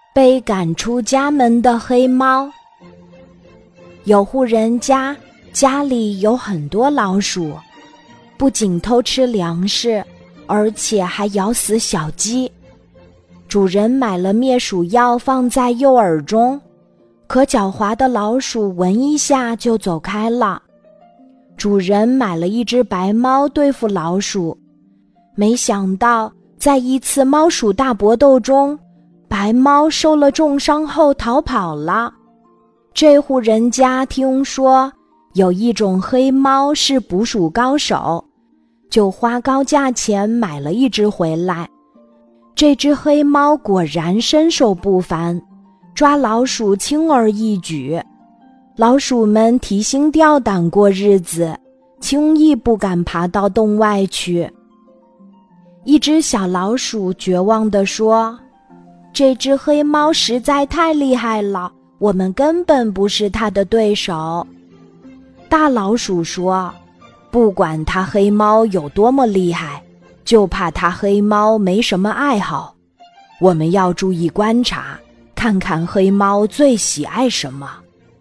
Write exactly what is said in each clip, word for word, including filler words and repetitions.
被赶出家门的黑猫。有户人家，家里有很多老鼠，不仅偷吃粮食，而且还咬死小鸡。主人买了灭鼠药放在诱饵中，可狡猾的老鼠闻一下就走开了。主人买了一只白猫对付老鼠，没想到在一次猫鼠大搏斗中，白猫受了重伤后逃跑了。这户人家听说有一种黑猫是捕鼠高手，就花高价钱买了一只回来。这只黑猫果然身手不凡，抓老鼠轻而易举，老鼠们提心吊胆过日子，轻易不敢爬到洞外去。一只小老鼠绝望地说：这只黑猫实在太厉害了，我们根本不是它的对手。大老鼠说：不管它黑猫有多么厉害，就怕它黑猫没什么爱好。我们要注意观察，看看黑猫最喜爱什么。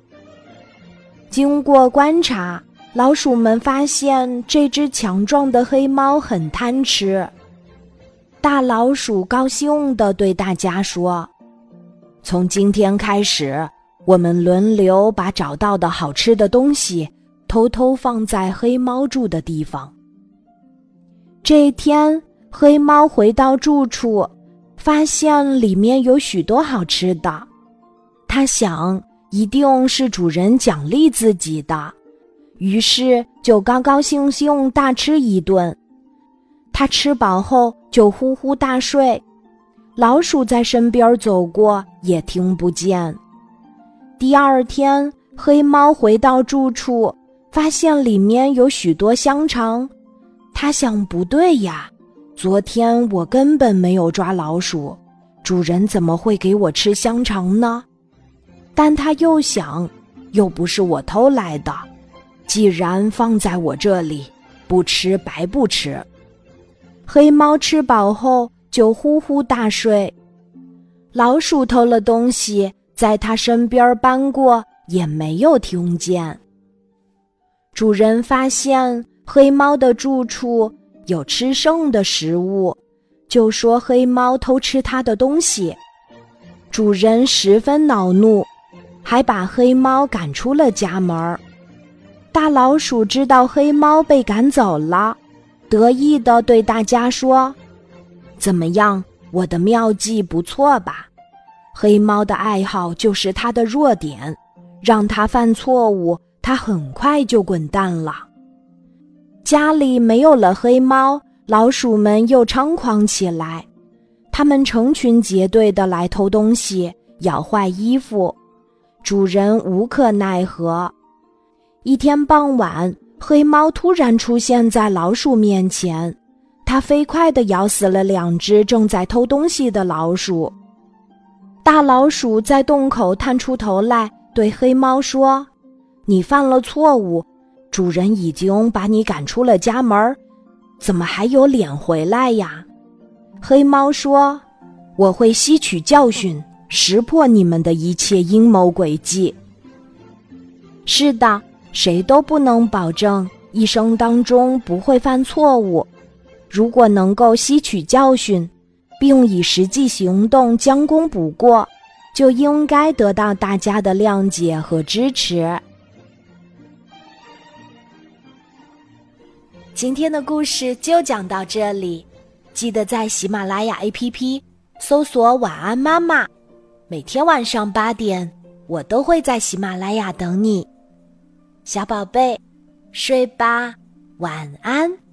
经过观察，老鼠们发现这只强壮的黑猫很贪吃。大老鼠高兴地对大家说：从今天开始，我们轮流把找到的好吃的东西偷偷放在黑猫住的地方。这一天，黑猫回到住处，发现里面有许多好吃的。他想，一定是主人奖励自己的，于是就高高兴兴大吃一顿。他吃饱后就呼呼大睡，老鼠在身边走过也听不见。第二天，黑猫回到住处，发现里面有许多香肠。他想，不对呀，昨天我根本没有抓老鼠，主人怎么会给我吃香肠呢？但他又想，又不是我偷来的，既然放在我这里，不吃白不吃。黑猫吃饱后就呼呼大睡，老鼠偷了东西，在他身边搬过，也没有听见。主人发现黑猫的住处有吃剩的食物，就说黑猫偷吃他的东西。主人十分恼怒，还把黑猫赶出了家门。大老鼠知道黑猫被赶走了，得意地对大家说：怎么样，我的妙计不错吧？黑猫的爱好就是它的弱点，让它犯错误，它很快就滚蛋了。家里没有了黑猫，老鼠们又猖狂起来，它们成群结队地来偷东西，咬坏衣服，主人无可奈何。一天傍晚，黑猫突然出现在老鼠面前，它飞快地咬死了两只正在偷东西的老鼠。大老鼠在洞口探出头来，对黑猫说：你犯了错误，主人已经把你赶出了家门，怎么还有脸回来呀？黑猫说：我会吸取教训，识破你们的一切阴谋诡计。是的，谁都不能保证一生当中不会犯错误，如果能够吸取教训，并以实际行动将功补过，就应该得到大家的谅解和支持。今天的故事就讲到这里，记得在喜马拉雅 A P P 搜索晚安妈妈，每天晚上八点，我都会在喜马拉雅等你。小宝贝，睡吧，晚安。